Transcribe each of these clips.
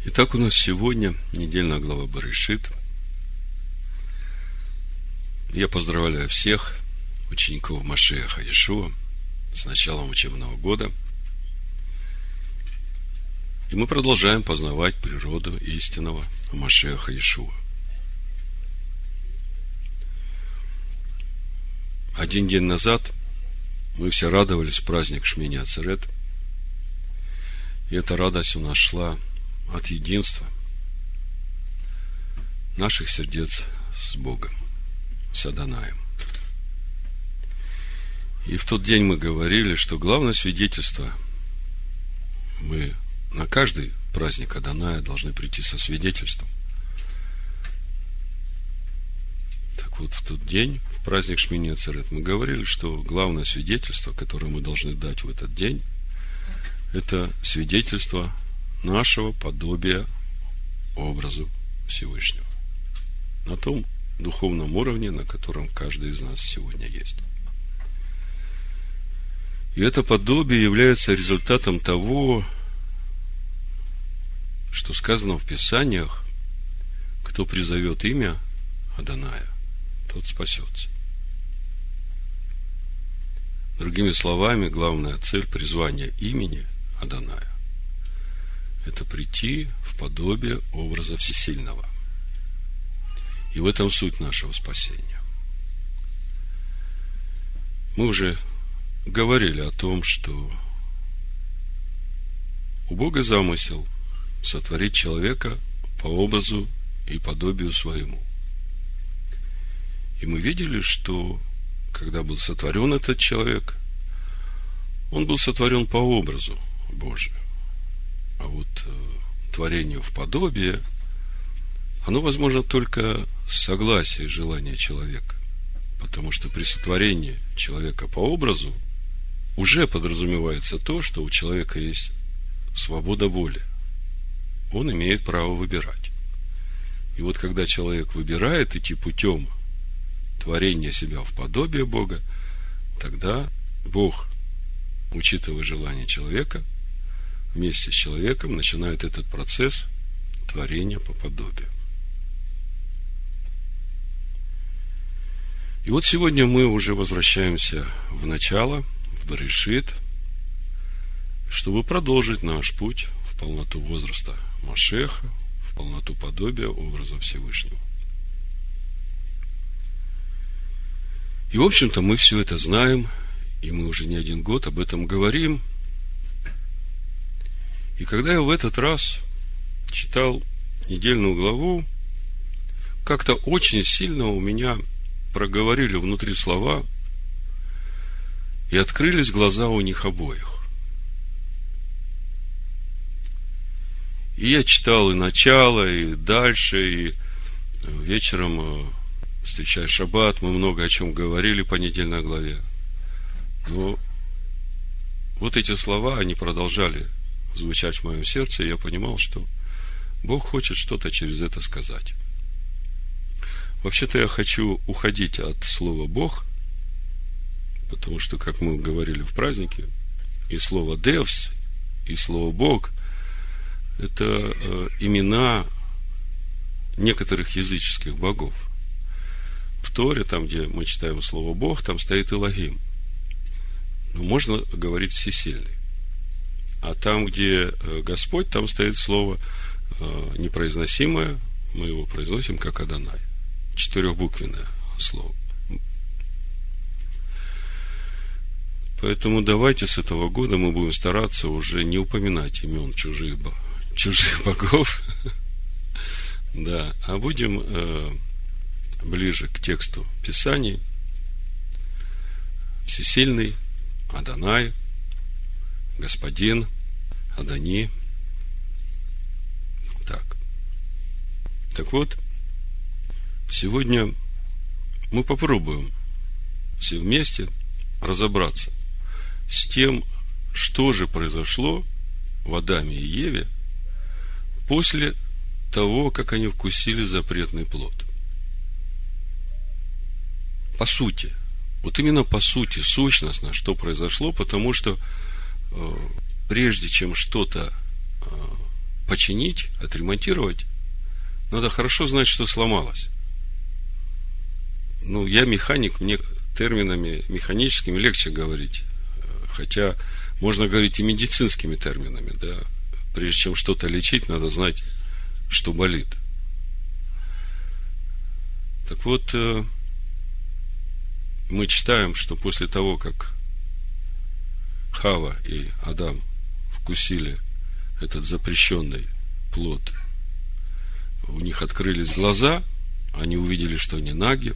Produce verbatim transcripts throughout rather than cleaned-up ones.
Итак, у нас сегодня недельная глава Берешит. Я поздравляю всех учеников Машиаха Иешуа с началом учебного года. И мы продолжаем познавать природу истинного Машиаха Иешуа. Один день назад мы все радовались в праздник Шмини Ацерет. И эта радость у нас шла от единства наших сердец с Богом, с Адонаем. И в тот день мы говорили, что главное свидетельство, мы на каждый праздник Адоная должны прийти со свидетельством. Так вот, в тот день, в праздник Шмини Ацерет, мы говорили, что главное свидетельство, которое мы должны дать в этот день, это свидетельство нашего подобия образу Всевышнего на том духовном уровне, на котором каждый из нас сегодня есть. И это подобие является результатом того, что сказано в Писаниях: кто призовет имя Адоная, тот спасется. Другими словами, главная цель призвания имени Адоная – это прийти в подобие образа Всесильного. И в этом суть нашего спасения. Мы уже говорили о том, что у Бога замысел сотворить человека по образу и подобию своему. И мы видели, что когда был сотворен этот человек, он был сотворен по образу Божию. А вот э, творение в подобие, оно возможно только с согласия и желания человека. Потому что при сотворении человека по образу уже подразумевается то, что у человека есть свобода воли. Он имеет право выбирать. И вот когда человек выбирает идти путем творения себя в подобие Бога, тогда Бог, учитывая желание человека, вместе с человеком начинает этот процесс творения по подобию. И вот сегодня мы уже возвращаемся в начало, в Берешит, чтобы продолжить наш путь в полноту возраста Машиаха, в полноту подобия образа Всевышнего. И, в общем-то, мы все это знаем, и мы уже не один год об этом говорим. И когда я в этот раз читал недельную главу, как-то очень сильно у меня проговорили внутри слова, и открылись глаза у них обоих. И я читал и начало, и дальше, и вечером, встречая шаббат, мы много о чем говорили по недельной главе. Но вот эти слова, они продолжали звучать в моем сердце, и я понимал, что Бог хочет что-то через это сказать. Вообще-то я хочу уходить от слова «Бог», потому что, как мы говорили в празднике, и слово «Девс», и слово «Бог» – это э, имена некоторых языческих богов. В Торе, там, где мы читаем слово «Бог», там стоит Элохим. Но можно говорить «всесильный». А там, где Господь, там стоит слово э, непроизносимое, мы его произносим как Адонай. Четырехбуквенное слово. Поэтому давайте с этого года мы будем стараться уже не упоминать имен чужих, чужих богов, да, а будем э, ближе к тексту Писаний. Всесильный, Адонай, Господин, Адони. Так. Так вот, сегодня мы попробуем все вместе разобраться с тем, что же произошло в Адаме и Еве после того, как они вкусили запретный плод. По сути, вот именно по сути, сущностно, что произошло, потому что э, прежде чем что-то э, починить, отремонтировать, надо хорошо знать, что сломалось. Ну, я механик, мне терминами механическими легче говорить. Хотя можно говорить и медицинскими терминами, да. Прежде чем что-то лечить, надо знать, что болит. Так вот, мы читаем, что после того, как Хава и Адам вкусили этот запрещенный плод, у них открылись глаза, они увидели, что они наги.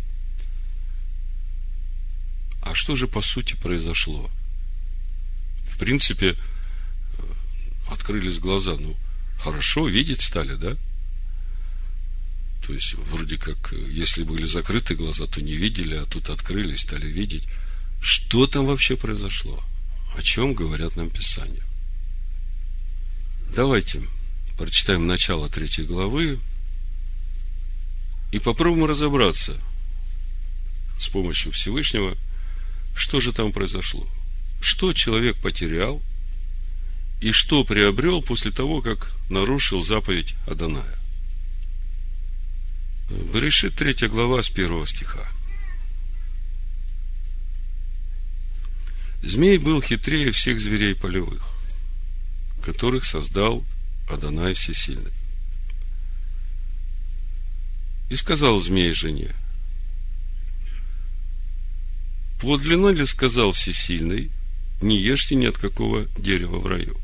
А что же по сути произошло? В принципе, открылись глаза, ну, хорошо, видеть стали, да? То есть, вроде как, если были закрыты глаза, то не видели, а тут открылись, стали видеть. Что там вообще произошло? О чем говорят нам Писания? Давайте прочитаем начало третьей главы и попробуем разобраться с помощью Всевышнего, что же там произошло. Что человек потерял и что приобрел после того, как нарушил заповедь Адоная. Берешит третья глава с первого стиха. Змей был хитрее всех зверей полевых, которых создал Адонай Всесильный. И сказал змей жене: подлинно ли сказал Всесильный, не ешьте ни от какого дерева в раю?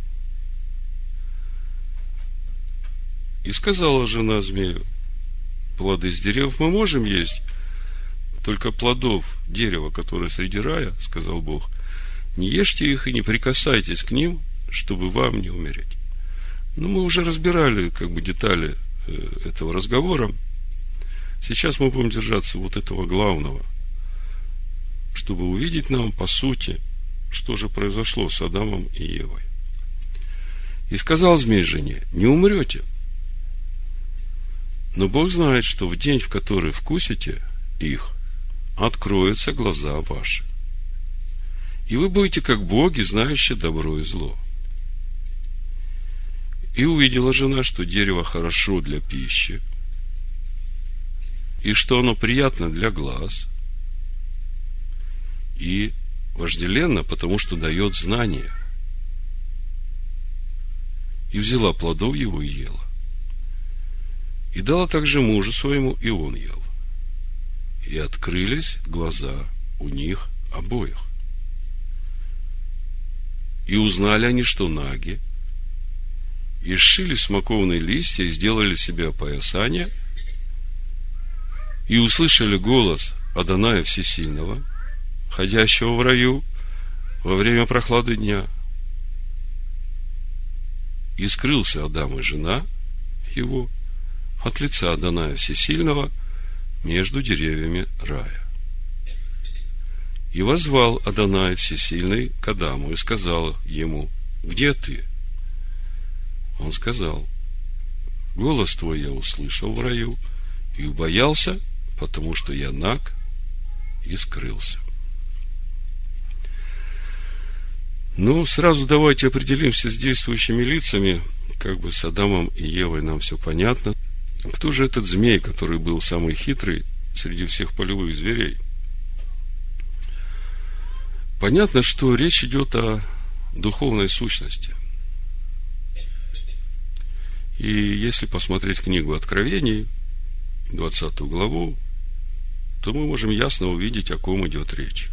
И сказала жена змею: плоды с деревьев мы можем есть, только плодов дерева, которое среди рая, сказал Бог, не ешьте их и не прикасайтесь к ним, чтобы вам не умереть. Ну, мы уже разбирали как бы детали этого разговора. Сейчас мы будем держаться вот этого главного, чтобы увидеть нам по сути, что же произошло с Адамом и Евой. И сказал змей жене: не умрете. Но Бог знает, что в день, в который вкусите их, откроются глаза ваши. И вы будете как боги, знающие добро и зло. И увидела жена, что дерево хорошо для пищи, и что оно приятно для глаз, и вожделенно, потому что дает знание. И взяла плодов его и ела. И дала также мужу своему, и он ел. И открылись глаза у них обоих. И узнали они, что наги, и сшили смоковные листья, и сделали себе опоясание, и услышали голос Адоная Всесильного, ходящего в раю во время прохлады дня. И скрылся Адам и жена его от лица Адоная Всесильного между деревьями рая. И воззвал Адонай Всесильный к Адаму и сказал ему: где ты? Он сказал: голос твой я услышал в раю и убоялся, потому что я наг, и скрылся. Ну, сразу давайте определимся с действующими лицами, как бы с Адамом и Евой нам все понятно. Кто же этот змей, который был самый хитрый среди всех полевых зверей? Понятно, что речь идет о духовной сущности. И если посмотреть книгу Откровений, двадцатую главу, то мы можем ясно увидеть, о ком идет речь.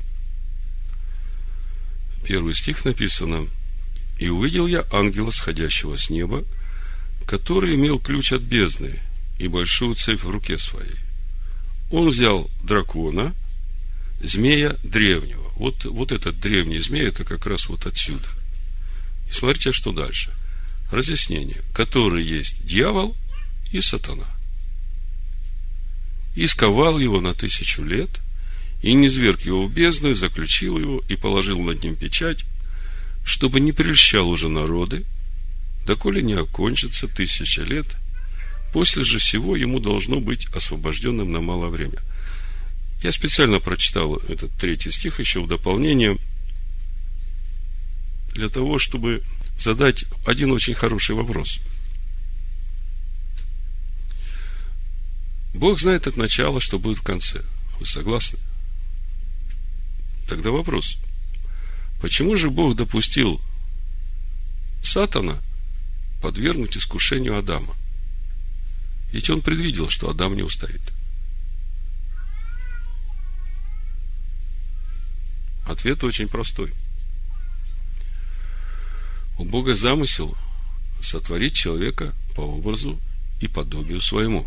Первый стих написано: «И увидел я ангела, сходящего с неба, который имел ключ от бездны и большую цепь в руке своей. Он взял дракона, змея древнего». Вот, вот этот древний змей, это как раз вот отсюда. И смотрите, что дальше. Разъяснение. Который есть дьявол и сатана. И сковал его на тысячу лет, и низверг его в бездну, и заключил его, и положил над ним печать, чтобы не прельщал уже народы, доколе не окончится тысяча лет. После же всего ему должно быть освобожденным на малое время. Я специально прочитал этот третий стих еще в дополнение, для того, чтобы задать один очень хороший вопрос. Бог знает от начала, что будет в конце. Вы согласны? Тогда вопрос. Почему же Бог допустил Сатана подвергнуть искушению Адама? Ведь он предвидел, что Адам не устоит. Ответ очень простой. У Бога замысел сотворить человека по образу и подобию своему.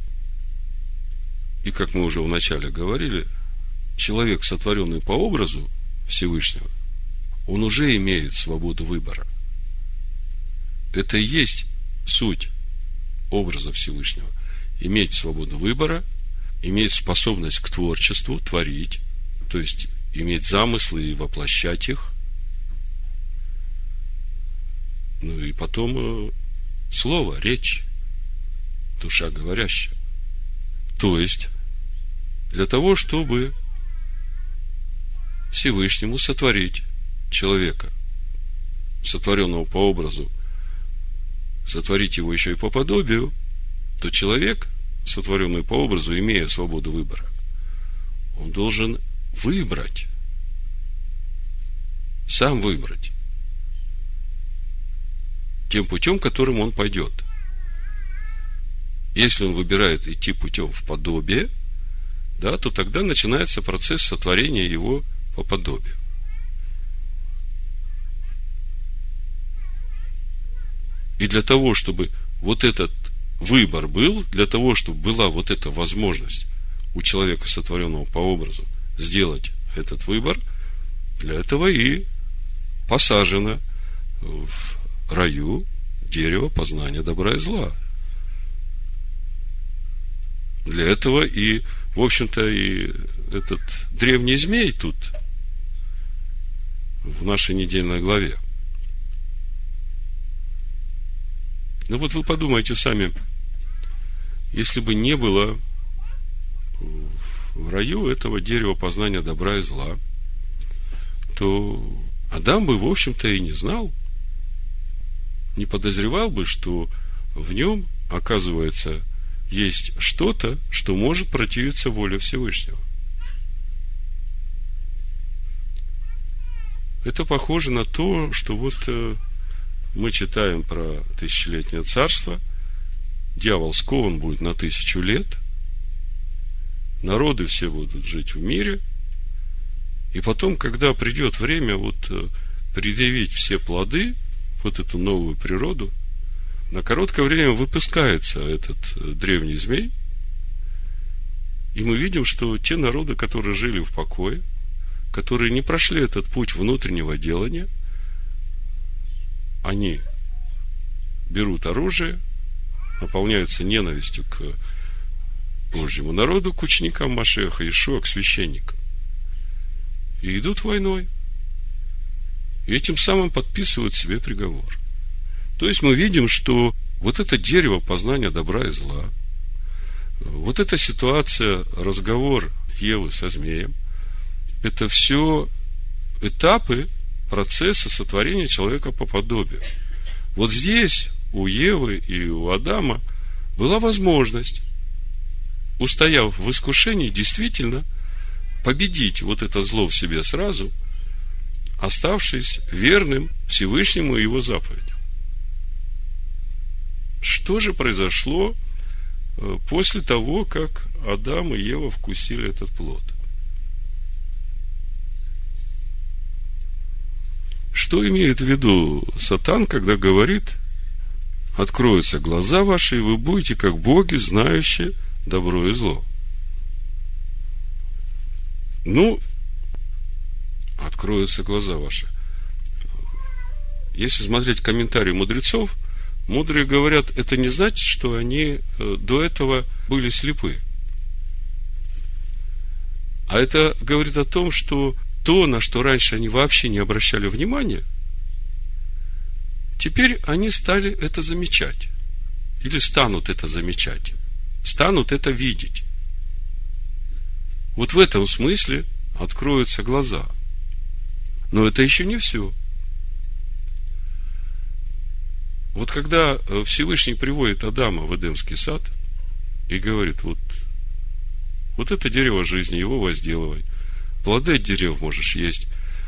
И как мы уже вначале говорили, человек, сотворенный по образу Всевышнего, он уже имеет свободу выбора. Это и есть суть образа Всевышнего. Иметь свободу выбора, иметь способность к творчеству, творить, то есть иметь замыслы и воплощать их. Ну и потом слово, речь, душа говорящая. То есть, для того, чтобы Всевышнему сотворить человека, сотворенного по образу, сотворить его еще и по подобию, то человек, сотворенный по образу, имея свободу выбора, он должен выбрать, сам выбрать тем путем, которым он пойдет. Если он выбирает идти путем в подобие, да, то тогда начинается процесс сотворения его по подобию. И для того, чтобы вот этот выбор был, для того, чтобы была вот эта возможность у человека, сотворенного по образу, сделать этот выбор, для этого и посажено в раю дерево познания добра и зла. Для этого и, в общем-то, и этот древний змей тут, в нашей недельной главе. Ну вот вы подумайте сами, если бы не было в раю этого дерева познания добра и зла, то Адам бы, в общем-то, и не знал, не подозревал бы, что в нем, оказывается, есть что-то, что может противиться воле Всевышнего. Это похоже на то, что вот мы читаем про тысячелетнее царство, дьявол скован будет на тысячу лет, народы все будут жить в мире, и потом, когда придет время вот предъявить все плоды, вот эту новую природу, на короткое время выпускается этот древний змей, и мы видим, что те народы, которые жили в покое, которые не прошли этот путь внутреннего делания, они берут оружие, наполняются ненавистью к Божьему народу, к ученикам Машеха, Иешуа, к священникам, и идут войной, и этим самым подписывают себе приговор. То есть мы видим, что вот это дерево познания добра и зла, вот эта ситуация, разговор Евы со змеем, это все этапы процесса сотворения человека по подобию. Вот здесь у Евы и у Адама была возможность, устояв в искушении, действительно победить вот это зло в себе сразу, оставшись верным Всевышнему и его заповедям. Что же произошло после того, как Адам и Ева вкусили этот плод? Что имеет в виду Сатан, когда говорит: откроются глаза ваши, и вы будете как боги, знающие добро и зло? Ну, откроются глаза ваши. Если смотреть комментарии мудрецов, мудрые говорят, это не значит, что они до этого были слепы. А это говорит о том, что то, на что раньше они вообще не обращали внимания, теперь они стали это замечать. Или станут это замечать. Станут это видеть. Вот в этом смысле откроются глаза. Но это еще не все. Вот когда Всевышний приводит Адама в Эдемский сад и говорит: вот Вот это дерево жизни, его возделывай. Плоды от дерев можешь есть.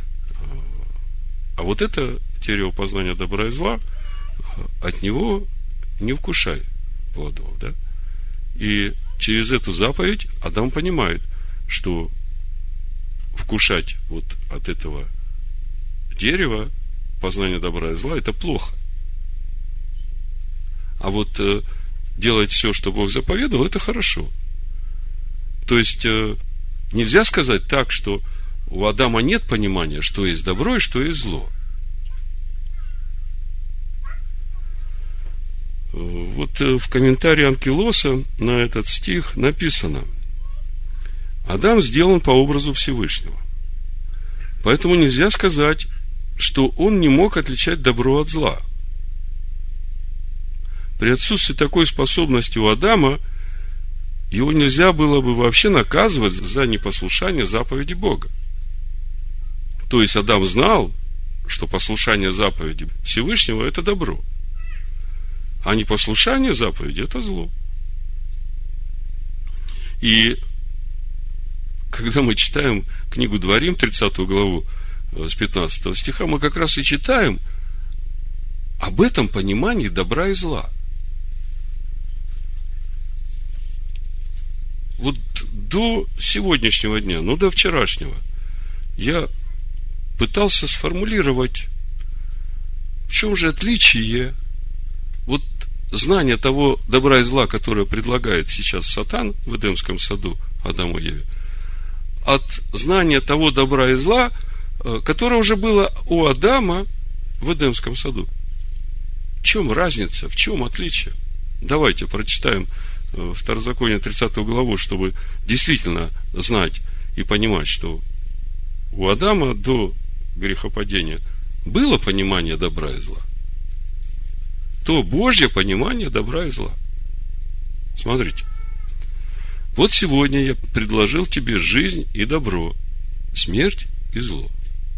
А вот это дерево познания добра и зла, от него не вкушай плодов, да? И через эту заповедь Адам понимает, что вкушать вот от этого дерева познания добра и зла — это плохо. А вот э, делать все, что Бог заповедовал, это хорошо. То есть э, нельзя сказать так, что у Адама нет понимания, что есть добро и что есть зло. Вот в комментарии Анкилоса на этот стих написано: Адам сделан по образу Всевышнего. Поэтому нельзя сказать, что он не мог отличать добро от зла. При отсутствии такой способности у Адама его нельзя было бы вообще наказывать за непослушание заповеди Бога. То есть Адам знал, что послушание заповеди Всевышнего – это добро, а непослушание заповеди – это зло. И когда мы читаем книгу Дворим, тридцатую главу, с пятнадцатого стиха, мы как раз и читаем об этом понимании добра и зла. Вот до сегодняшнего дня, ну до вчерашнего, я пытался сформулировать, в чем же отличие вот знания того добра и зла, которое предлагает сейчас Сатан в Эдемском саду Адаму и Еве, от знания того добра и зла, которое уже было у Адама в Эдемском саду. В чем разница, в чем отличие? Давайте прочитаем Второзаконие тридцатую главу, чтобы действительно знать и понимать, что у Адама до грехопадения было понимание добра и зла. То Божье понимание добра и зла. Смотрите. Вот сегодня я предложил тебе жизнь и добро, смерть и зло.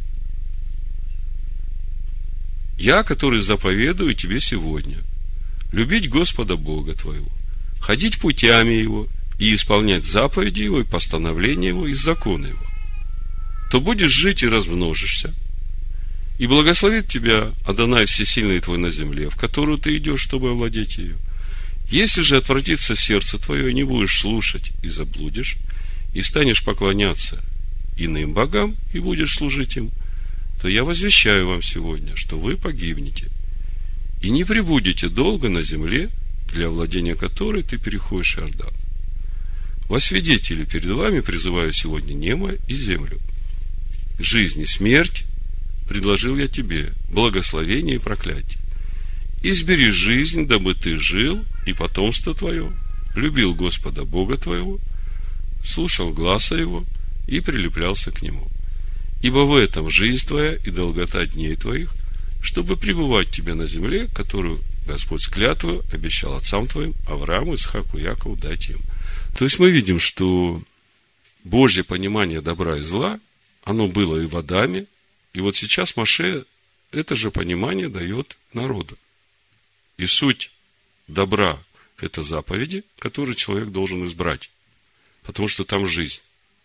Я, который заповедую тебе сегодня любить Господа Бога твоего, ходить путями Его и исполнять заповеди Его и постановления Его и законы Его, то будешь жить и размножишься, и благословит тебя Адонай Всесильный твой на земле, в которую ты идешь, чтобы овладеть ее. Если же отвратится сердце твое, и не будешь слушать, и заблудишь, и станешь поклоняться иным богам, и будешь служить им, то я возвещаю вам сегодня, что вы погибнете, и не пребудете долго на земле, для владения которой ты переходишь Иордан. Во свидетели перед вами призываю сегодня небо и землю. Жизнь и смерть предложил я тебе, благословение и проклятие. Избери жизнь, дабы ты жил, и потомство твое, любил Господа Бога твоего, слушал гласа Его и прилеплялся к Нему. Ибо в этом жизнь твоя и долгота дней твоих, чтобы пребывать тебе на земле, которую Господь с клятвою обещал отцам твоим, Аврааму, Исхаку, Якову дать им. То есть мы видим, что Божье понимание добра и зла, оно было и в Адаме, и вот сейчас Моше это же понимание дает народу. И суть добра – это заповеди, которые человек должен избрать, потому что там жизнь.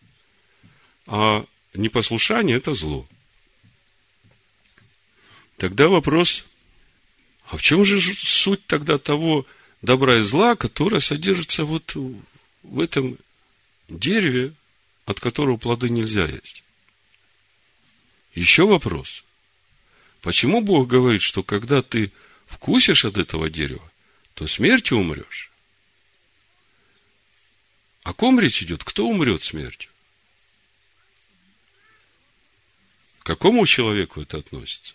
А непослушание – это зло. Тогда вопрос, а в чем же суть тогда того добра и зла, которое содержится вот в этом дереве, от которого плоды нельзя есть? Еще вопрос. Почему Бог говорит, что когда ты вкусишь от этого дерева, то смертью умрешь? О ком речь идет? Кто умрет смертью? К какому человеку это относится?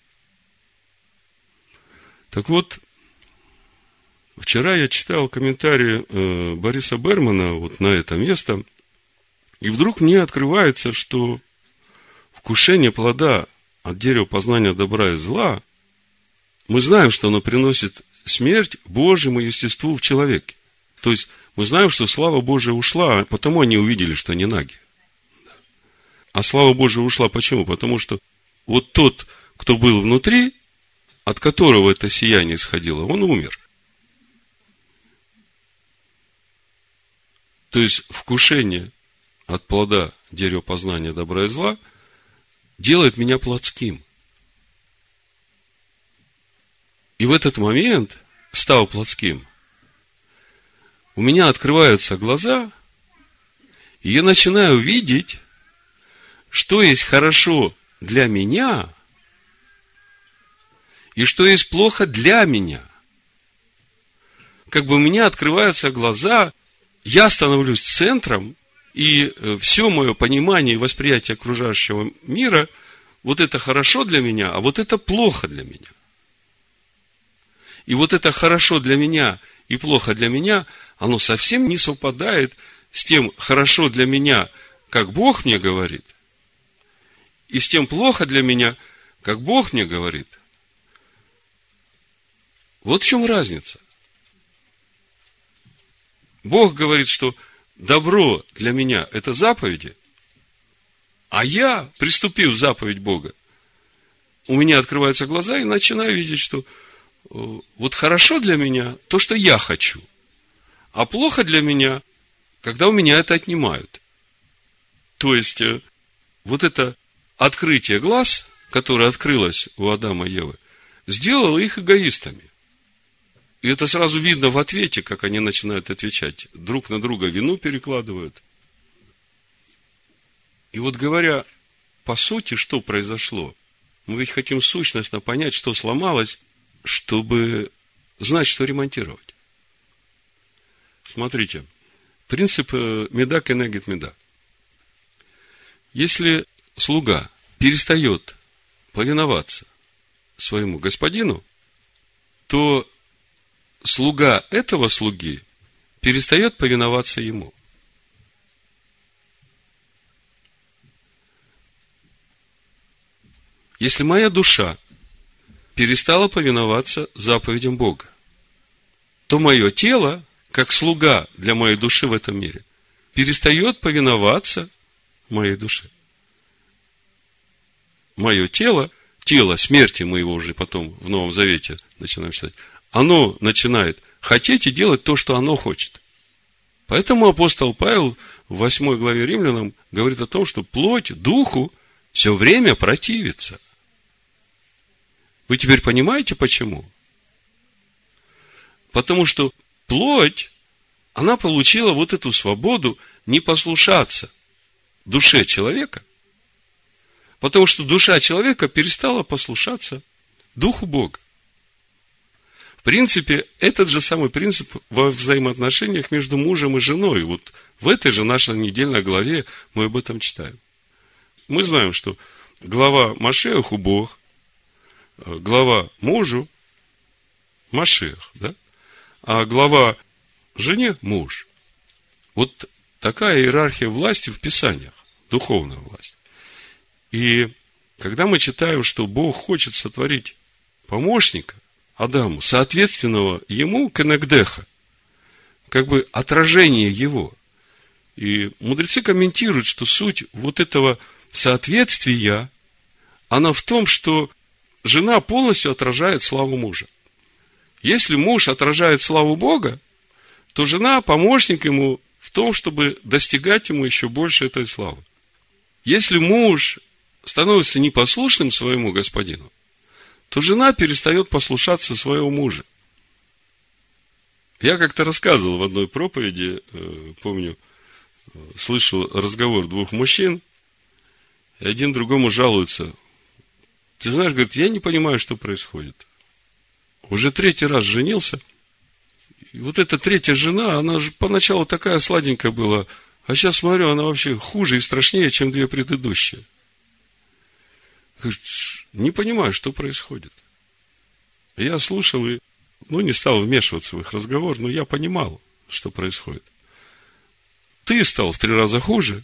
Так вот, вчера я читал комментарий э, Бориса Бермана вот на это место, и вдруг мне открывается, что вкушение плода от дерева познания добра и зла, мы знаем, что оно приносит смерть Божьему естеству в человеке. То есть, мы знаем, что слава Божия ушла, потому они увидели, что они наги. А слава Божия ушла почему? Потому что вот тот, кто был внутри, от которого это сияние исходило, он умер. То есть, вкушение от плода дерева познания добра и зла делает меня плотским. И в этот момент, став плотским, у меня открываются глаза, и я начинаю видеть, что есть хорошо для меня, и что есть плохо для меня. Как бы у меня открываются глаза, я становлюсь центром, и все мое понимание и восприятие окружающего мира, вот это хорошо для меня, а вот это плохо для меня. И вот это хорошо для меня и плохо для меня, оно совсем не совпадает с тем хорошо для меня, как Бог мне говорит, и с тем плохо для меня, как Бог мне говорит. Вот в чем разница. Бог говорит, что добро для меня – это заповеди, а я, приступив заповедь Бога, у меня открываются глаза и начинаю видеть, что вот хорошо для меня то, что я хочу, а плохо для меня, когда у меня это отнимают. То есть, вот это открытие глаз, которое открылось у Адама и Евы, сделало их эгоистами. И это сразу видно в ответе, как они начинают отвечать. Друг на друга вину перекладывают. И вот говоря, по сути, что произошло? Мы ведь хотим сущностно понять, что сломалось, чтобы знать, что ремонтировать. Смотрите, принцип меда кенегет меда. Если слуга перестает повиноваться своему господину, то слуга этого слуги перестает повиноваться ему. Если моя душа перестала повиноваться заповедям Бога, то мое тело, как слуга для моей души в этом мире, перестает повиноваться моей душе. Мое тело, тело смерти моего уже потом в Новом Завете начинаем читать, оно начинает хотеть и делать то, что оно хочет. Поэтому апостол Павел в восьмой главе Римлянам говорит о том, что плоть духу все время противится. Вы теперь понимаете, почему? Потому что плоть, она получила вот эту свободу не послушаться душе человека, потому что душа человека перестала послушаться Духу Бога. В принципе, этот же самый принцип во взаимоотношениях между мужем и женой. Вот в этой же нашей недельной главе мы об этом читаем. Мы знаем, что глава Машиаху Бог, глава мужу Машиах, да? А глава жене муж. Вот такая иерархия власти в Писаниях, духовная власть. И когда мы читаем, что Бог хочет сотворить помощника Адаму, соответственного ему кенегдеха, как бы отражение его. И мудрецы комментируют, что суть вот этого соответствия, она в том, что жена полностью отражает славу мужа. Если муж отражает славу Бога, то жена помощник ему в том, чтобы достигать ему еще больше этой славы. Если муж становится непослушным своему господину, то жена перестает послушаться своего мужа. Я как-то рассказывал в одной проповеди, помню, слышу разговор двух мужчин, и один другому жалуется. Ты знаешь, говорит, я не понимаю, что происходит. Уже третий раз женился, и вот эта третья жена, она же поначалу такая сладенькая была, а сейчас смотрю, она вообще хуже и страшнее, чем две предыдущие. Не понимаю, что происходит. Я слушал и, ну, не стал вмешиваться в их разговор, но я понимал, что происходит. Ты стал в три раза хуже,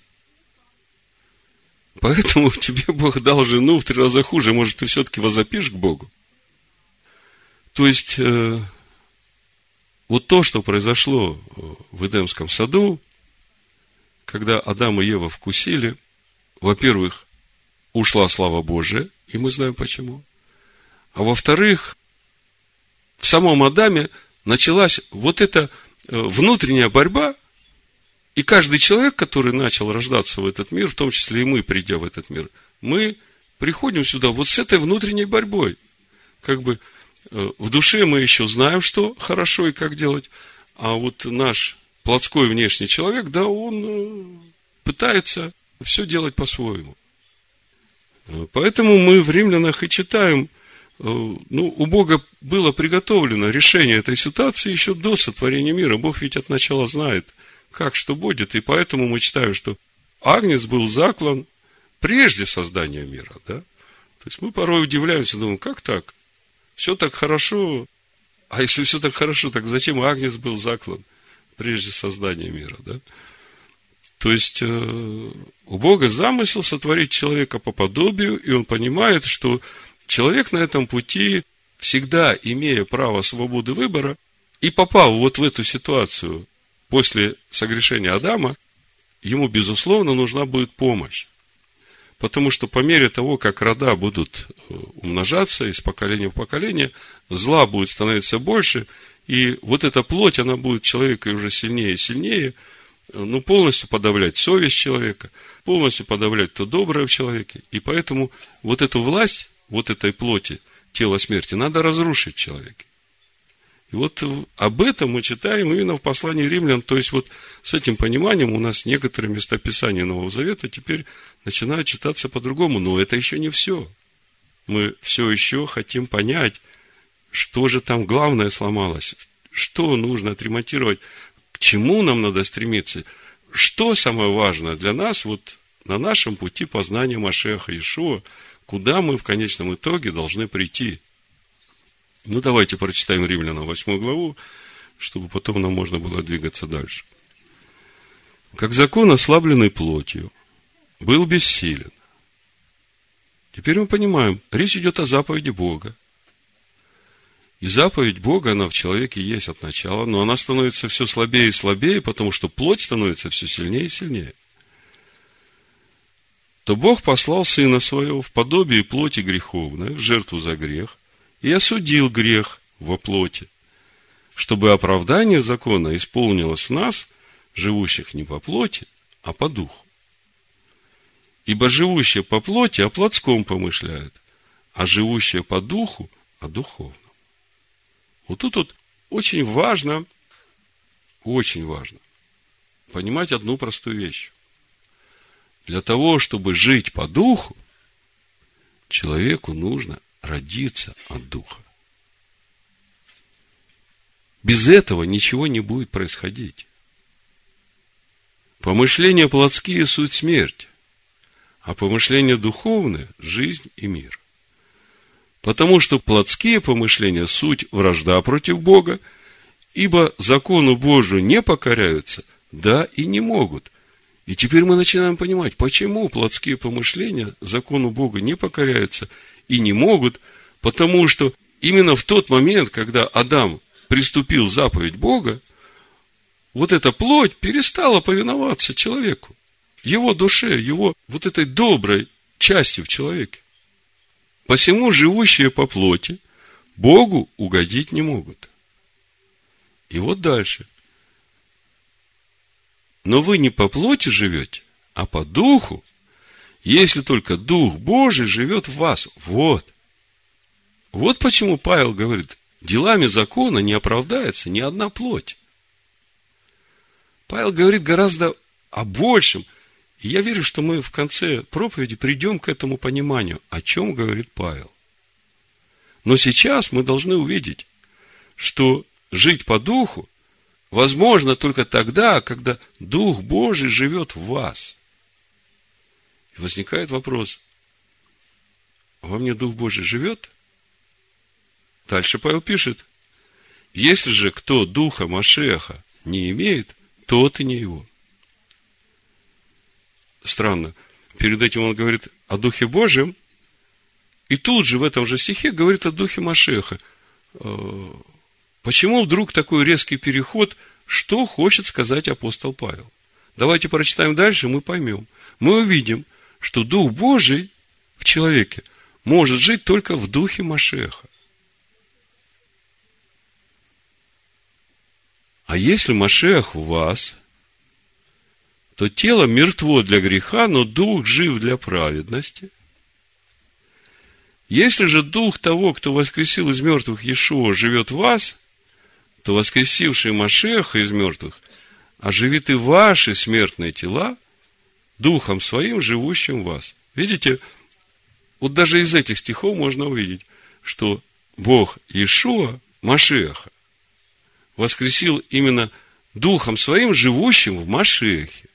поэтому тебе Бог дал жену в три раза хуже. Может, ты все-таки возопишь к Богу? То есть, э, вот то, что произошло в Эдемском саду, когда Адам и Ева вкусили, во-первых, ушла слава Божия, и мы знаем почему. А во-вторых, в самом Адаме началась вот эта внутренняя борьба И каждый человек, который начал рождаться в этот мир, в том числе и мы, придя в этот мир, мы приходим сюда вот с этой внутренней борьбой. Как бы в душе мы еще знаем, что хорошо и как делать, а вот наш плотской внешний человек, да, он пытается все делать по-своему. Поэтому мы в Римлянах и читаем, ну, у Бога было приготовлено решение этой ситуации еще до сотворения мира. Бог ведь от начала знает, как что будет, и поэтому мы читаем, что Агнец был заклан прежде создания мира, да? То есть мы порой удивляемся, думаем, как так? Все так хорошо, а если все так хорошо, так зачем Агнец был заклан прежде создания мира, да? То есть э, у Бога замысел сотворить человека по подобию, и Он понимает, что человек на этом пути, всегда имея право свободы выбора, и попав вот в эту ситуацию после согрешения Адама, ему, безусловно, нужна будет помощь. Потому что по мере того, как рода будут умножаться из поколения в поколение, зла будет становиться больше, и вот эта плоть, она будет человека уже сильнее и сильнее, ну, полностью подавлять совесть человека, полностью подавлять то доброе в человеке. И поэтому вот эту власть, вот этой плоти, тела смерти, надо разрушить в человеке. И вот об этом мы читаем именно в послании Римлян. То есть вот с этим пониманием у нас некоторые местописания Нового Завета теперь начинают читаться по-другому. Но это еще не все. Мы все еще хотим понять, что же там главное сломалось, что нужно отремонтировать, к чему нам надо стремиться, что самое важное для нас вот на нашем пути познания Машиаха Иешуа, куда мы в конечном итоге должны прийти. Ну, давайте прочитаем Римлянам восьмую главу, чтобы потом нам можно было двигаться дальше. Как закон, ослабленный плотью, был бессилен. Теперь мы понимаем, речь идет о заповеди Бога. И заповедь Бога, она в человеке есть от начала, но она становится все слабее и слабее, потому что плоть становится все сильнее и сильнее. То Бог послал Сына Своего в подобие плоти греховной, в жертву за грех, и осудил грех во плоти, чтобы оправдание закона исполнилось в нас, живущих не по плоти, а по духу. Ибо живущие по плоти о плотском помышляют, а живущие по духу о духовном. Вот тут вот очень важно, очень важно понимать одну простую вещь. Для того, чтобы жить по духу, человеку нужно родиться от духа. Без этого ничего не будет происходить. Помышления плотские – суть смерть, а помышления духовные – жизнь и мир. Потому что плотские помышления – суть вражда против Бога, ибо закону Божию не покоряются, да и не могут. И теперь мы начинаем понимать, почему плотские помышления закону Бога не покоряются и не могут, потому что именно в тот момент, когда Адам приступил заповедь Бога, вот эта плоть перестала повиноваться человеку, его душе, его вот этой доброй части в человеке. Посему живущие по плоти Богу угодить не могут. И вот дальше. Но вы не по плоти живете, а по духу, если только Дух Божий живет в вас. Вот. Вот почему Павел говорит, делами закона не оправдается ни одна плоть. Павел говорит гораздо о большем. И я верю, что мы в конце проповеди придем к этому пониманию, о чем говорит Павел. Но сейчас мы должны увидеть, что жить по духу возможно только тогда, когда Дух Божий живет в вас. И возникает вопрос, во мне Дух Божий живет? Дальше Павел пишет, если же кто Духа Машиаха не имеет, тот и не его. Странно. Перед этим он говорит о Духе Божьем, и тут же в этом же стихе говорит о Духе Машиаха. Почему вдруг такой резкий переход? Что хочет сказать апостол Павел? Давайте прочитаем дальше, мы поймем. Мы увидим, что Дух Божий в человеке может жить только в Духе Машиаха. А если Машиах в вас, то тело мертво для греха, но дух жив для праведности. Если же дух того, кто воскресил из мертвых Иешуа, живет в вас, то воскресивший Машеха из мертвых оживит и ваши смертные тела духом своим, живущим в вас. Видите, вот даже из этих стихов можно увидеть, что Бог Иешуа, Машеха, воскресил именно духом своим, живущим в Машехе.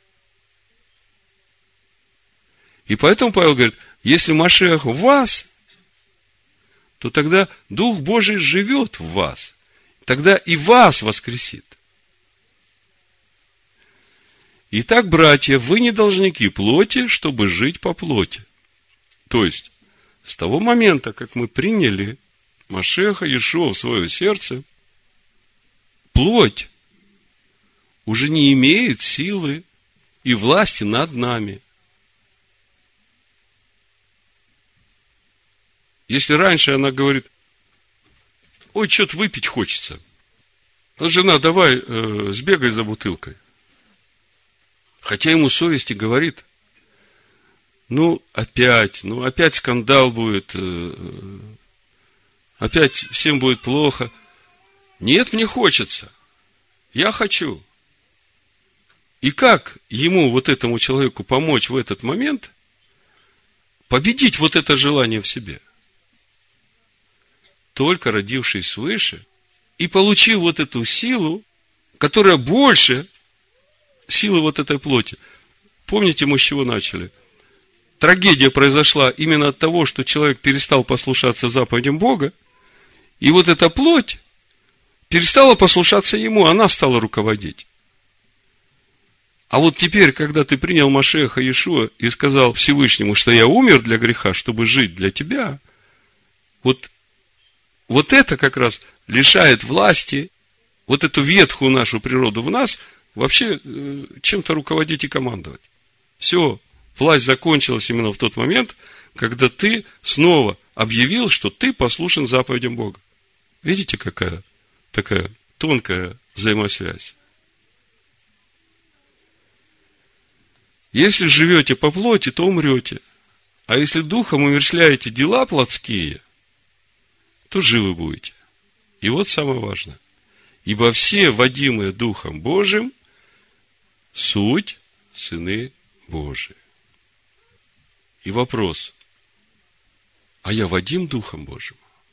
И поэтому Павел говорит, если Машех в вас, то тогда Дух Божий живет в вас. Тогда и вас воскресит. Итак, братья, вы не должники плоти, чтобы жить по плоти. То есть, с того момента, как мы приняли Машеха Иешуа в свое сердце, плоть уже не имеет силы и власти над нами. Если раньше она говорит, ой, что-то выпить хочется. Ну, жена, давай э, сбегай за бутылкой. Хотя ему совесть и говорит, ну, опять, ну, опять скандал будет, э, опять всем будет плохо. Нет, мне хочется. Я хочу. И как ему, вот этому человеку, помочь в этот момент победить вот это желание в себе? Только родившись свыше и получив вот эту силу, которая больше силы вот этой плоти. Помните, мы с чего начали? Трагедия произошла именно от того, что человек перестал послушаться заповедям Бога, и вот эта плоть перестала послушаться ему, она стала руководить. А вот теперь, когда ты принял Машеха Иешуа и сказал Всевышнему, что я умер для греха, чтобы жить для тебя, вот Вот это как раз лишает власти, вот эту ветхую нашу природу в нас, вообще чем-то руководить и командовать. Все, власть закончилась именно в тот момент, когда ты снова объявил, что ты послушен заповедям Бога. Видите, какая такая тонкая взаимосвязь? Если живете по плоти, то умрете. А если духом умерщвляете дела плотские, то живы будете. И вот самое важное. Ибо все, водимые Духом Божиим, суть сыны Божии. И вопрос. А я водим Духом Божиим?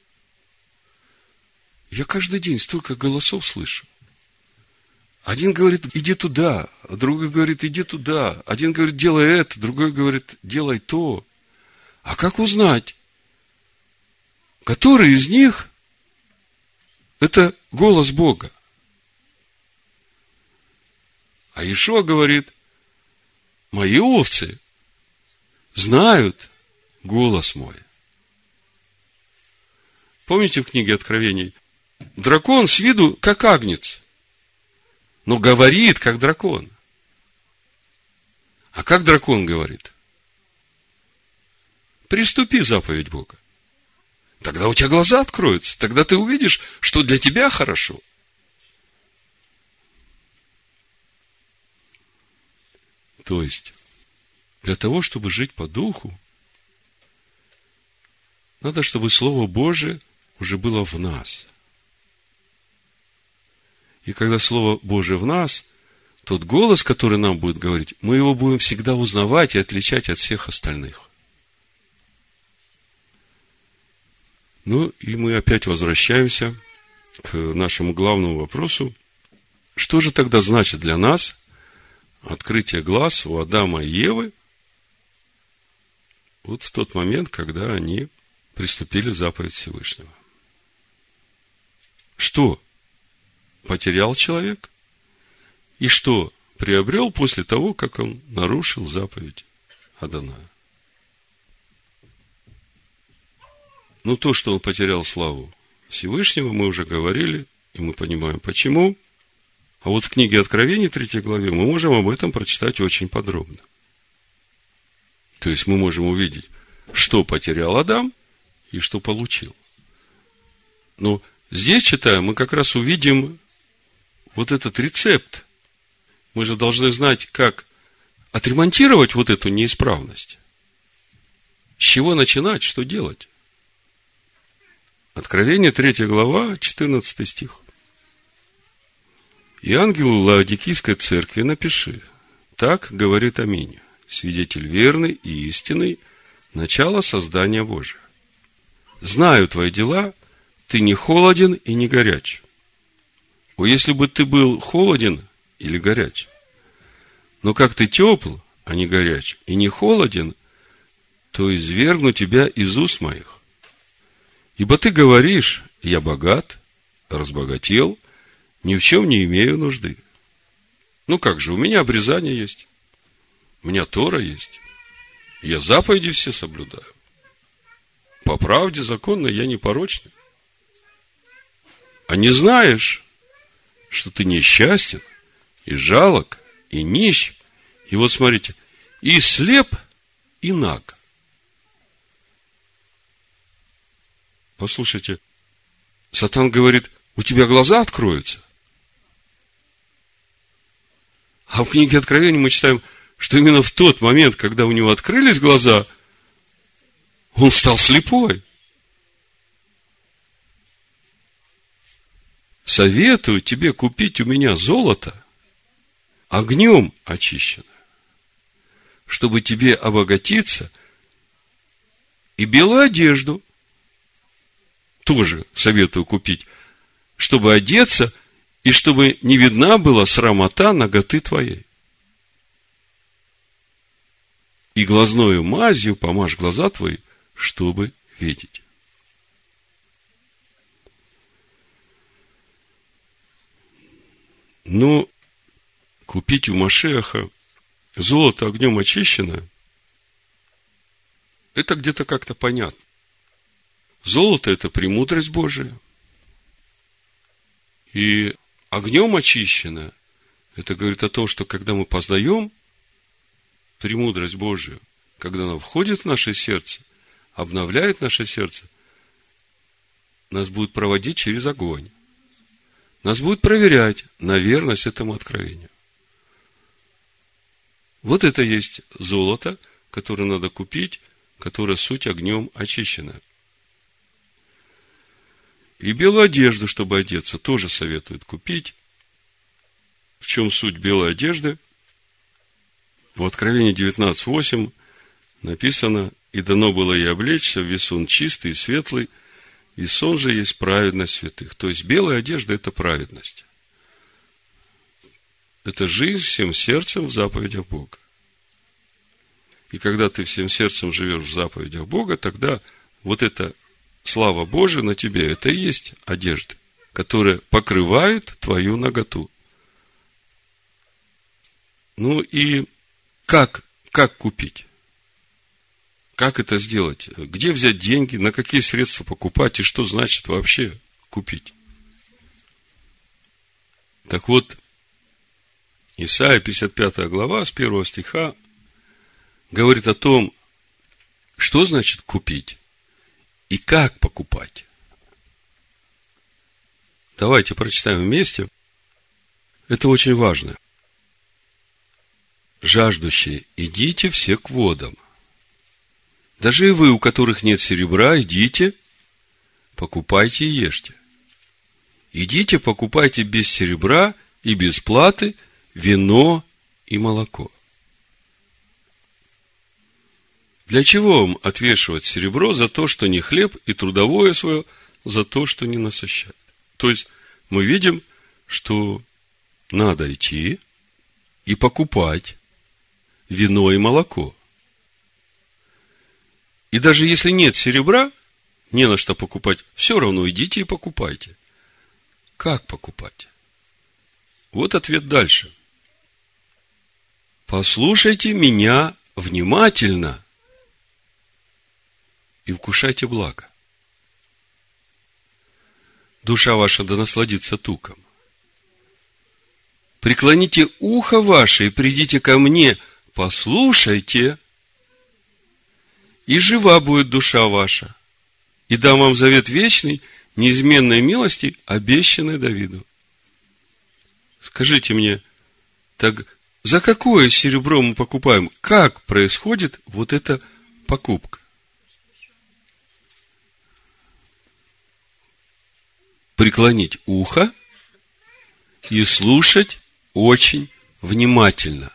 Я каждый день столько голосов слышу. Один говорит, иди туда, а другой говорит, иди туда. Один говорит, делай это, другой говорит, делай то. А как узнать, который из них это голос Бога? А Иешуа говорит, мои овцы знают голос мой. Помните в книге Откровений? Дракон с виду как агнец, но говорит как дракон. А как дракон говорит? Приступи заповедь Бога. Тогда у тебя глаза откроются, тогда ты увидишь, что для тебя хорошо. То есть, для того, чтобы жить по духу, надо, чтобы Слово Божие уже было в нас. И когда Слово Божие в нас, тот голос, который нам будет говорить, мы его будем всегда узнавать и отличать от всех остальных. Ну, и мы опять возвращаемся к нашему главному вопросу. Что же тогда значит для нас открытие глаз у Адама и Евы вот в тот момент, когда они приступили заповедь Всевышнего? Что потерял человек и что приобрел после того, как он нарушил заповедь Адоная? Ну, то, что он потерял славу Всевышнего, мы уже говорили, и мы понимаем, почему. А вот в книге Откровений, третьей главе, мы можем об этом прочитать очень подробно. То есть, мы можем увидеть, что потерял Адам и что получил. Но здесь, читая, мы как раз увидим вот этот рецепт. Мы же должны знать, как отремонтировать вот эту неисправность. С чего начинать, что делать? Откровение, третья глава, четырнадцатый стих. «И ангелу Лаодикийской церкви напиши: так говорит Аминь, свидетель верный и истинный, начало создания Божия. Знаю твои дела, ты не холоден и не горяч. О, если бы ты был холоден или горяч, но как ты тепл, а не горяч, и не холоден, то извергну тебя из уст моих. Ибо ты говоришь: я богат, разбогател, ни в чем не имею нужды. Ну как же, у меня обрезание есть, у меня Тора есть, я заповеди все соблюдаю. По правде законной я непорочный. А не знаешь, что ты несчастен, и жалок, и нищ, и вот смотрите, и слеп, и наг». Послушайте, Сатан говорит: у тебя глаза откроются. А в книге Откровения мы читаем, что именно в тот момент, когда у него открылись глаза, он стал слепой. Советую тебе купить у меня золото, огнем очищенное, чтобы тебе обогатиться, и белую одежду тоже советую купить, чтобы одеться, и чтобы не видна была срамота наготы твоей. И глазною мазью помажь глаза твои, чтобы видеть. Но купить у Машиаха золото огнем очищенное, это где-то как-то понятно. Золото – это премудрость Божия. И огнем очищенное, это говорит о том, что когда мы познаем премудрость Божию, когда она входит в наше сердце, обновляет наше сердце, нас будет проводить через огонь. Нас будет проверять на верность этому откровению. Вот это есть золото, которое надо купить, которое суть огнем очищенное. И белую одежду, чтобы одеться, тоже советуют купить. В чем суть белой одежды? В Откровении девятнадцать восемь написано: «И дано было ей облечься в весон чистый и светлый, весон же есть праведность святых». То есть, белая одежда – это праведность. Это жизнь всем сердцем в заповедях Бога. И когда ты всем сердцем живешь в заповедях Бога, тогда вот эта слава Божия на тебе – это и есть одежда, которая покрывает твою наготу. Ну и как, как купить? Как это сделать? Где взять деньги? На какие средства покупать? И что значит вообще купить? Так вот, Исайя пятьдесят пятая глава с первого стиха говорит о том, что значит купить и как покупать. Давайте прочитаем вместе. Это очень важно. «Жаждущие, идите все к водам. Даже и вы, у которых нет серебра, идите, покупайте и ешьте. Идите, покупайте без серебра и без платы вино и молоко». Для чего вам отвешивать серебро за то, что не хлеб, и трудовое свое за то, что не насыщает? То есть, мы видим, что надо идти и покупать вино и молоко. И даже если нет серебра, не на что покупать, все равно идите и покупайте. Как покупать? Вот ответ дальше. «Послушайте меня внимательно и вкушайте благо. Душа ваша да насладится туком. Преклоните ухо ваше и придите ко мне, послушайте, и жива будет душа ваша, и дам вам завет вечный, неизменной милости, обещанной Давиду». Скажите мне, так За какое серебро мы покупаем? Как происходит вот эта покупка? Преклонить ухо и слушать очень внимательно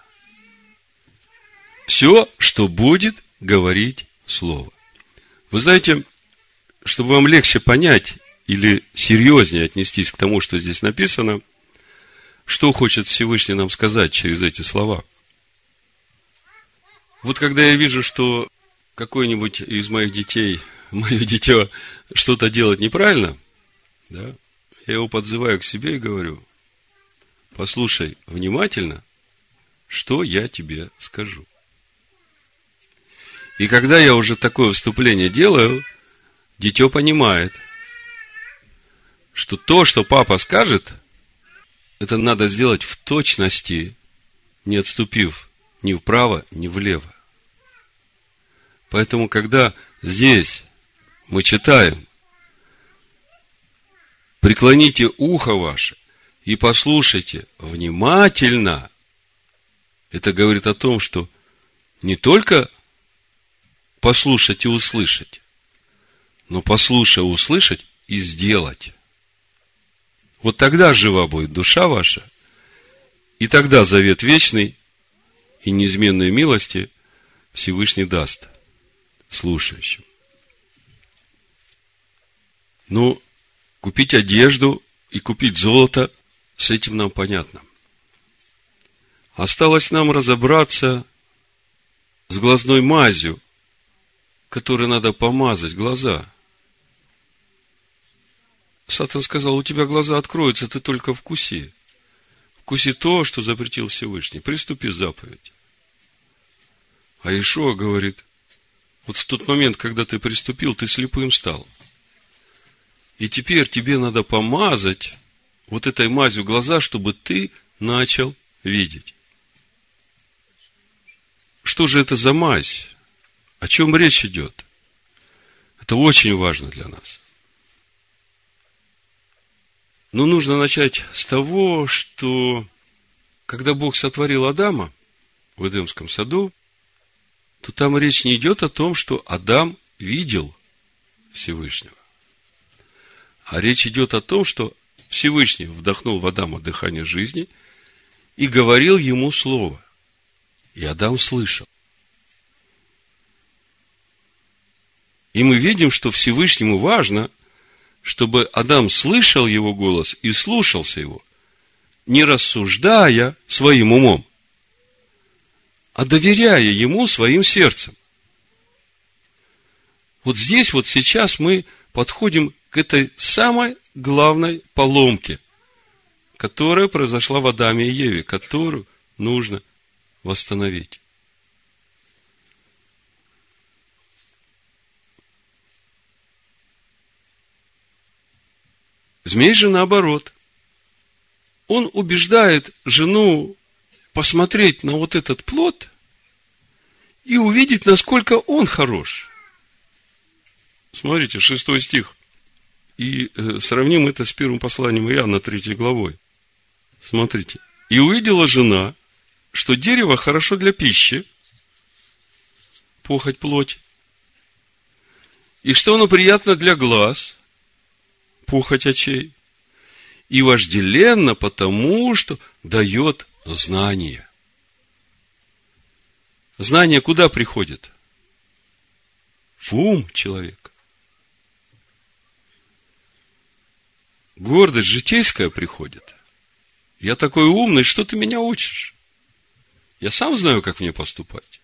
все, что будет говорить Слово. Вы знаете, чтобы вам легче понять или серьезнее отнестись к тому, что здесь написано, что хочет Всевышний нам сказать через эти слова. Вот когда я вижу, что какой-нибудь из моих детей, мое дитя, что-то делает неправильно, да, я его подзываю к себе и говорю: послушай внимательно, что я тебе скажу. И когда я уже такое вступление делаю, дитё понимает, что то, что папа скажет, это надо сделать в точности, не отступив ни вправо, ни влево. Поэтому, когда здесь мы читаем: преклоните ухо ваше и послушайте внимательно, это говорит о том, что не только послушать и услышать, но послушать, услышать и сделать. Вот тогда жива будет душа ваша, и тогда завет вечный и неизменной милости Всевышний даст слушающим. Ну, купить одежду и купить золото, с этим нам понятно. Осталось нам разобраться с глазной мазью, которой надо помазать глаза. Сатан сказал: у тебя глаза откроются, ты только вкуси. Вкуси то, что запретил Всевышний. Приступи заповедь. А Иешуа говорит: вот в тот момент, когда ты приступил, ты слепым стал. И теперь тебе надо помазать вот этой мазью глаза, чтобы ты начал видеть. Что же это за мазь? О чем речь идет? Это очень важно для нас. Но нужно начать с того, что когда Бог сотворил Адама в Эдемском саду, то там речь не идет о том, что Адам видел Всевышнего. А речь идет о том, что Всевышний вдохнул в Адама дыхание жизни и говорил ему слово. И Адам слышал. И мы видим, что Всевышнему важно, чтобы Адам слышал его голос и слушался его, не рассуждая своим умом, а доверяя ему своим сердцем. Вот здесь, вот сейчас мы подходим к этой самой главной поломке, которая произошла в Адаме и Еве, которую нужно восстановить. Змей же наоборот. Он убеждает жену посмотреть на вот этот плод и увидеть, насколько он хорош. Смотрите, шестой стих. И э, сравним это с первым посланием Иоанна, третьей главой. Смотрите. И увидела жена, что дерево хорошо для пищи, похоть плоти, и что оно приятно для глаз, похоть очей, и вожделенно потому, что дает знание. Знание куда приходит? В ум человека. Гордость житейская приходит. Я такой умный, что ты меня учишь? Я сам знаю, как мне поступать.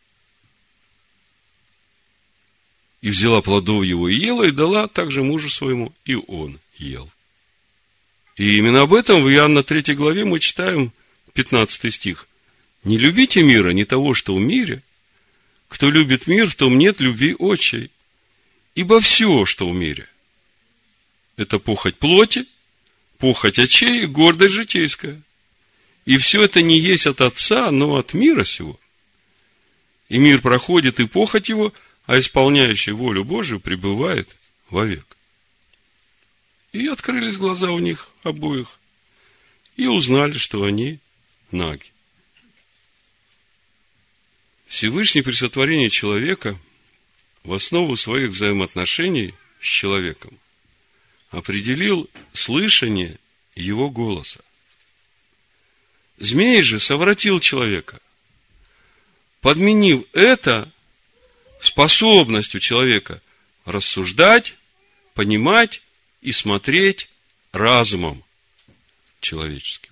И взяла плодов его и ела, и дала также мужу своему, и он ел. И именно об этом в Иоанна третьей главе мы читаем пятнадцатый стих. Не любите мира, не того, что в мире. Кто любит мир, в том нет любви отчей. Ибо все, что в мире, это похоть плоти, похоть очей и гордость житейская. И все это не есть от Отца, но от мира сего. И мир проходит, и похоть его, а исполняющий волю Божию пребывает вовек. И открылись глаза у них обоих, и узнали, что они наги. Всевышний при сотворении человека в основу своих взаимоотношений с человеком определил слышание его голоса. Змей же совратил человека, подменив это способностью человека рассуждать, понимать и смотреть разумом человеческим.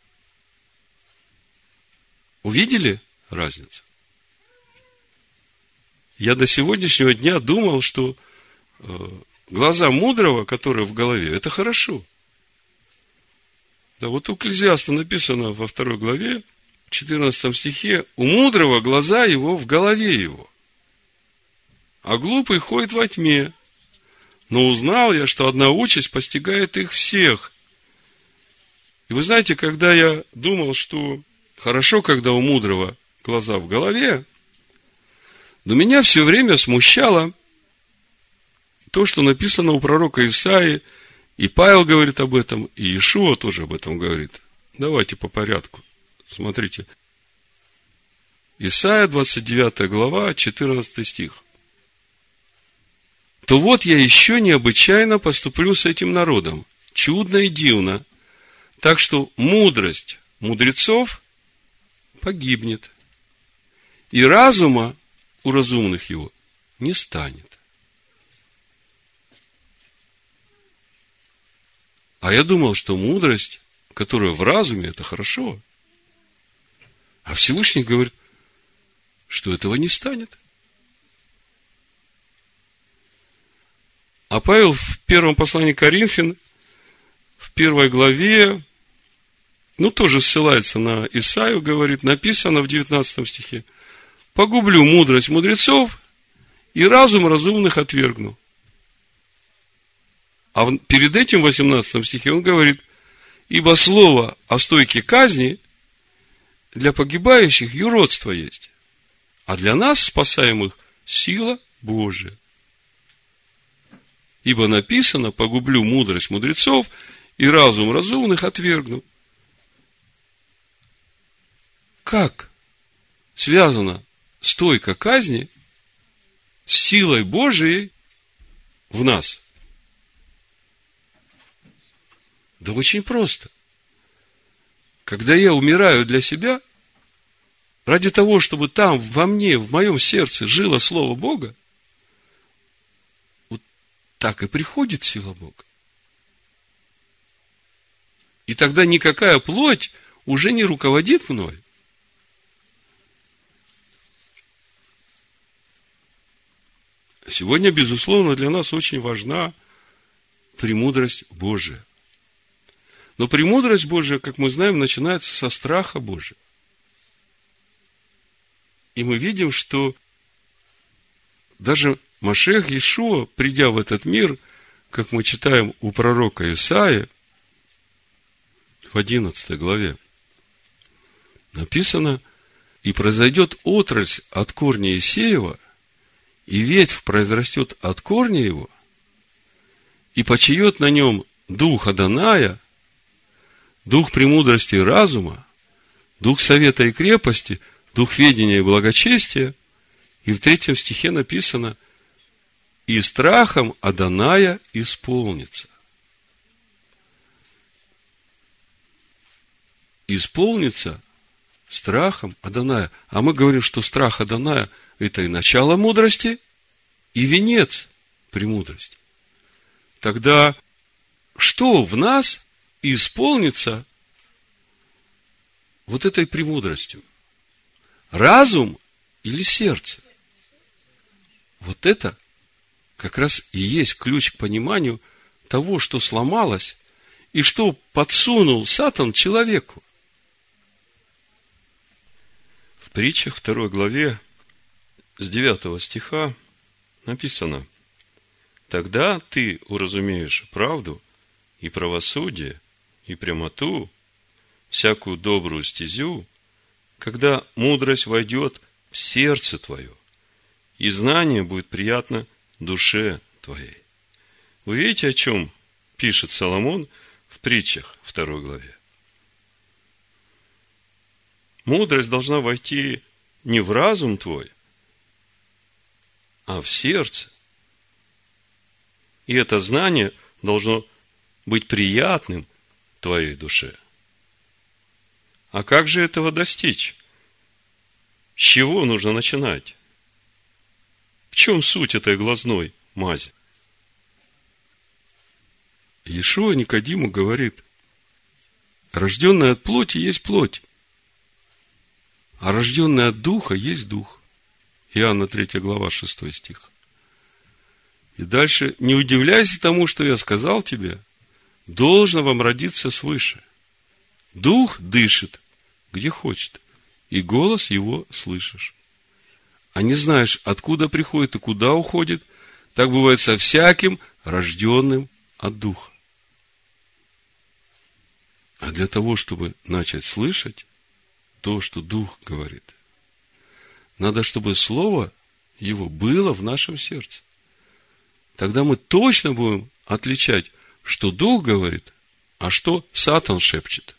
Увидели разницу? Я до сегодняшнего дня думал, что э, глаза мудрого, которые в голове, это хорошо. Да, вот у Экклезиаста написано во второй главе, в четырнадцатом стихе, у мудрого глаза его в голове его, а глупый ходит во тьме. Но узнал я, что одна участь постигает их всех. И вы знаете, когда я думал, что хорошо, когда у мудрого глаза в голове, но меня все время смущало то, что написано у пророка Исаии, и Павел говорит об этом, и Иешуа тоже об этом говорит. Давайте по порядку. Смотрите. Исайя, двадцать девятая глава, четырнадцатый стих. То вот я еще необычайно поступлю с этим народом, чудно и дивно, так что мудрость мудрецов погибнет, и разума у разумных его не станет. А я думал, что мудрость, которая в разуме, это хорошо. А Всевышний говорит, что этого не станет. А Павел в первом послании к Коринфян, в первой главе, ну, тоже ссылается на Исаию, говорит, написано в девятнадцатом стихе, погублю мудрость мудрецов и разум разумных отвергну. А перед этим в восемнадцатом стихе он говорит, ибо слово о стойке казни для погибающих юродство есть, а для нас, спасаемых, сила Божия. Ибо написано, погублю мудрость мудрецов и разум разумных отвергну. Как связана стойка казни с силой Божией в нас? Да очень просто. Когда я умираю для себя, ради того, чтобы там во мне, в моем сердце жило Слово Бога, вот так и приходит сила Бога. И тогда никакая плоть уже не руководит мной. Сегодня, безусловно, для нас очень важна премудрость Божия. Но премудрость Божия, как мы знаем, начинается со страха Божия. И мы видим, что даже Машиах Иешуа, придя в этот мир, как мы читаем у пророка Исаии, в одиннадцатой главе, написано, и произойдет отрасль от корня Иисеева, и ветвь произрастет от корня его, и почиет на нем дух Адоная, дух премудрости и разума, дух совета и крепости, дух ведения и благочестия. И в третьем стихе написано, и страхом Адоная исполнится. Исполнится страхом Адоная. А мы говорим, что страх Адоная – это и начало мудрости, и венец премудрости. Тогда что в нас исполнится вот этой премудростью? Разум или сердце? Вот это как раз и есть ключ к пониманию того, что сломалось и что подсунул Сатан человеку. В притчах второй главе с девятого стиха написано: тогда ты уразумеешь правду и правосудие, и прямоту, всякую добрую стезю, когда мудрость войдет в сердце твое, и знание будет приятно душе твоей. Вы видите, о чем пишет Соломон в притчах второй главе? Мудрость должна войти не в разум твой, а в сердце. И это знание должно быть приятным твоей душе. А как же этого достичь? С чего нужно начинать? В чем суть этой глазной мази? Иешуа Никодиму говорит: рожденный от плоти есть плоть, а рожденный от духа есть дух. Иоанна третья глава, шестой стих. И дальше: не удивляйся тому, что я сказал тебе, должно вам родиться свыше. Дух дышит, где хочет, и голос его слышишь. А не знаешь, откуда приходит и куда уходит, так бывает со всяким рожденным от духа. А для того, чтобы начать слышать то, что Дух говорит, надо, чтобы Слово Его было в нашем сердце. Тогда мы точно будем отличать, что Дух говорит, а что Сатан шепчет.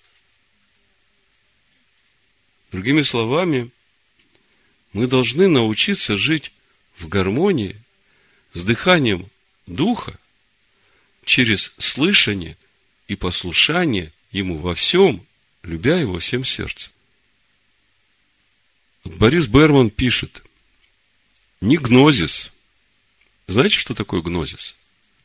Другими словами, мы должны научиться жить в гармонии с дыханием Духа через слышание и послушание Ему во всем, любя Его всем сердцем. Борис Берман пишет: не гнозис. Знаете, что такое гнозис?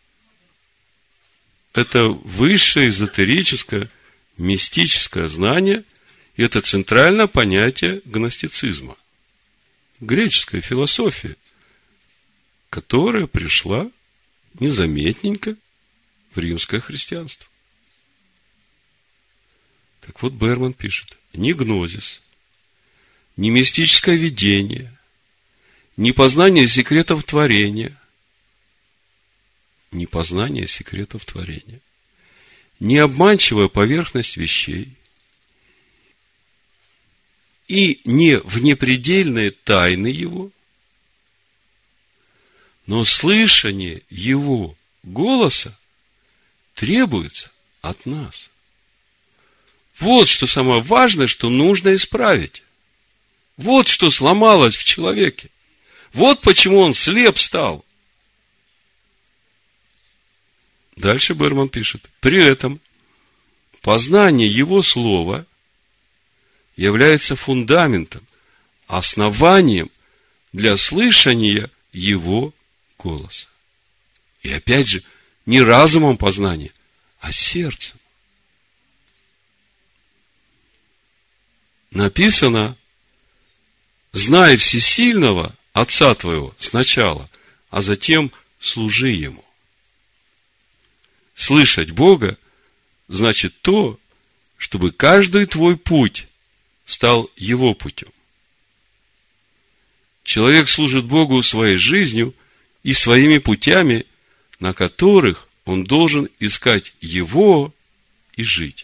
Это высшее эзотерическое, мистическое знание, и это центральное понятие гностицизма. Греческая философия, которая пришла незаметненько в римское христианство. Так вот, Берман пишет: ни гнозис, ни мистическое видение, ни познание секретов творения, ни познание секретов творения, ни обманчивая поверхность вещей и не внепредельные тайны Его, но слышание Его голоса требуется от нас. Вот что самое важное, что нужно исправить. Вот что сломалось в человеке. Вот почему он слеп стал. Дальше Берман пишет: при этом познание Его Слова является фундаментом, основанием для слышания Его голоса. И опять же, не разумом познания, а сердцем. Написано: знай всесильного Отца твоего сначала, а затем служи Ему. Слышать Бога значит то, чтобы каждый твой путь стал Его путем. Человек служит Богу своей жизнью и своими путями, на которых он должен искать Его и жить.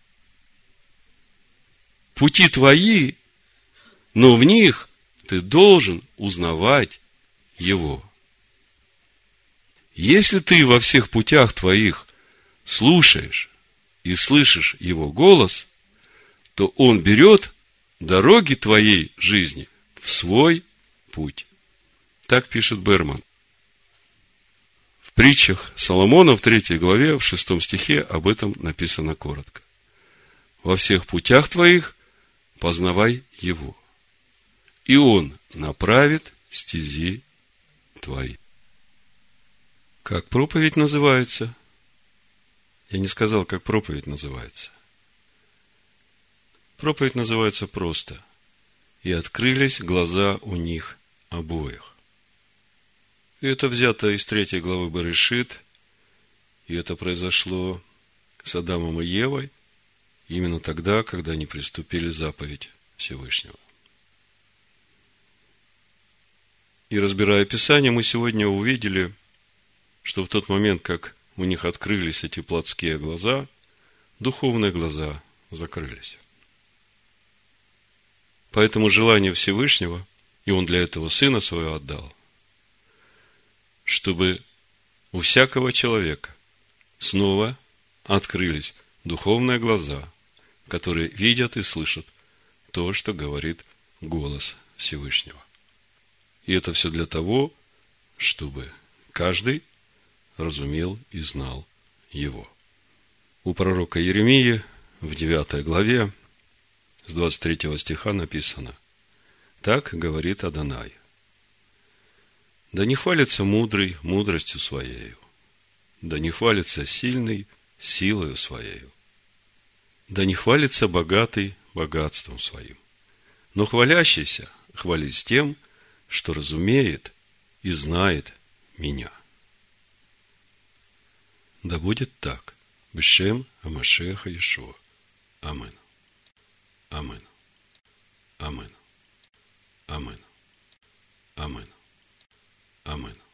Пути твои, но в них ты должен узнавать Его. Если ты во всех путях твоих слушаешь и слышишь Его голос, то Он берет дороги твоей жизни в свой путь. Так пишет Берман. В притчах Соломона в третьей главе, в шестом стихе об этом написано коротко. Во всех путях твоих познавай Его, и Он направит стези твои. Как проповедь называется? Я не сказал, как проповедь называется. Проповедь называется просто: «И открылись глаза у них обоих». И это взято из третьей главы Берешит, и это произошло с Адамом и Евой именно тогда, когда они приступили заповедь Всевышнего. И разбирая Писание, мы сегодня увидели, что в тот момент, как у них открылись эти плотские глаза, духовные глаза закрылись. Поэтому желание Всевышнего, и Он для этого Сына Своего отдал, чтобы у всякого человека снова открылись духовные глаза, которые видят и слышат то, что говорит голос Всевышнего. И это все для того, чтобы каждый разумел и знал его. У пророка Иеремии в девятой главе с двадцать третьего стиха написано: «Так говорит Адонай: да не хвалится мудрый мудростью своею, да не хвалится сильный силою своею, да не хвалится богатый богатством своим, но хвалящийся хвались тем, что разумеет и знает меня». Да будет так. Бешем Амашеха Иешуа. Амин. Амин. Амин. Амин. Амин. Амин.